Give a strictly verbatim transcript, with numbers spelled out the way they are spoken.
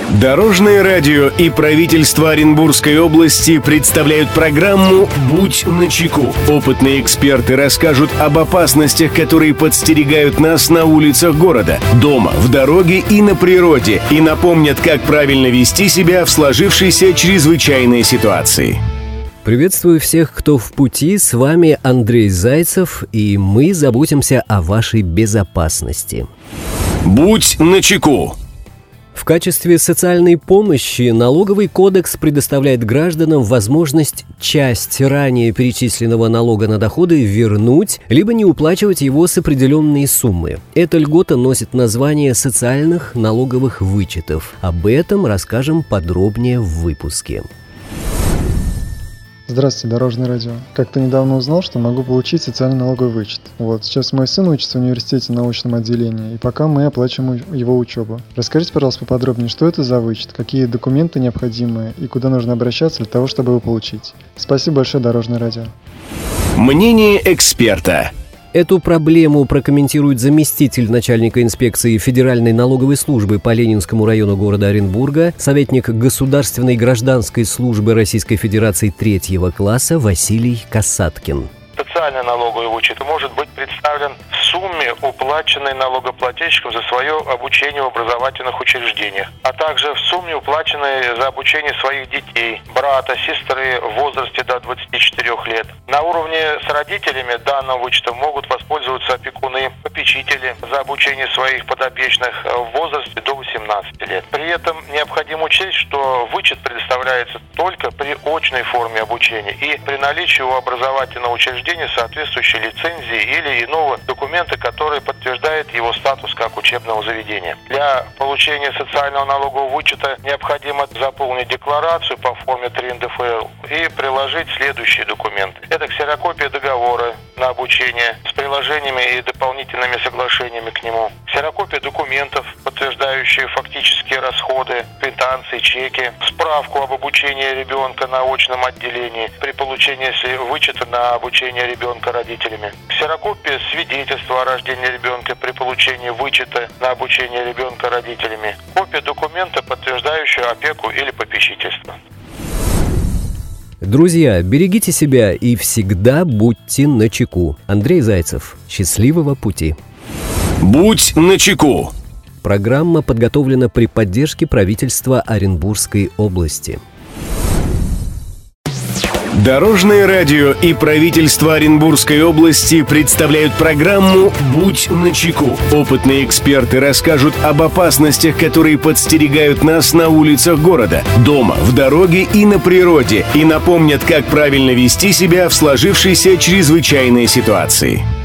Дорожное радио и правительство Оренбургской области представляют программу «Будь начеку». Опытные эксперты расскажут об опасностях, которые подстерегают нас на улицах города, дома, в дороге и на природе, и напомнят, как правильно вести себя в сложившейся чрезвычайной ситуации. Приветствую всех, кто в пути. С вами Андрей Зайцев, и мы заботимся о вашей безопасности. «Будь начеку». В качестве социальной помощи Налоговый кодекс предоставляет гражданам возможность часть ранее перечисленного налога на доходы вернуть, либо не уплачивать его с определенной суммы. Эта льгота носит название социальных налоговых вычетов. Об этом расскажем подробнее в выпуске. Здравствуйте, Дорожное радио. Как-то недавно узнал, что могу получить социальный налоговый вычет. Вот, сейчас мой сын учится в университете научном отделении, и пока мы оплачиваем его учебу. Расскажите, пожалуйста, поподробнее, что это за вычет, какие документы необходимы и куда нужно обращаться для того, чтобы его получить. Спасибо большое, Дорожное радио. Мнение эксперта. Эту проблему прокомментирует заместитель начальника инспекции Федеральной налоговой службы по Ленинскому району города Оренбурга, советник Государственной гражданской службы Российской Федерации третьего класса Василий Касаткин. Социальный налоговый вычет может быть представлен в сумме, уплаченной налогоплательщиком за свое обучение в образовательных учреждениях, а также в сумме, уплаченной за обучение своих детей, брата, сестры в возрасте до двадцати четырёх лет. На уровне с родителями данным вычетом могут воспользоваться опекуны, попечители за обучение своих подопечных в возрасте до восемнадцати лет. При этом необходимо учесть, что вычет предоставляется только при очной форме обучения и при наличии у образовательного учреждения соответствующей лицензии или иного документа, который подтверждает его статус как учебного заведения. Для получения социального налогового вычета необходимо заполнить декларацию по форме три эн дэ эф эл и приложить следующие документы. Это ксерокопия договора на обучение с приложениями и дополнительными соглашениями к нему, ксерокопия документов, подтверждающие фактические расходы, квитанции, чеки, справку об обучении ребенка на очном отделении при получении вычета на обучение ребенка родителями, ксерокопия свидетельства о рождении ребенка при получении вычета на обучение ребенка родителями, копия документа, подтверждающего опеку или попечительство. Друзья, берегите себя и всегда будьте начеку. Андрей Зайцев. Счастливого пути. «Будь начеку». Программа подготовлена при поддержке правительства Оренбургской области. Дорожное радио и правительство Оренбургской области представляют программу «Будь начеку». Опытные эксперты расскажут об опасностях, которые подстерегают нас на улицах города, дома, в дороге и на природе, и напомнят, как правильно вести себя в сложившейся чрезвычайной ситуации.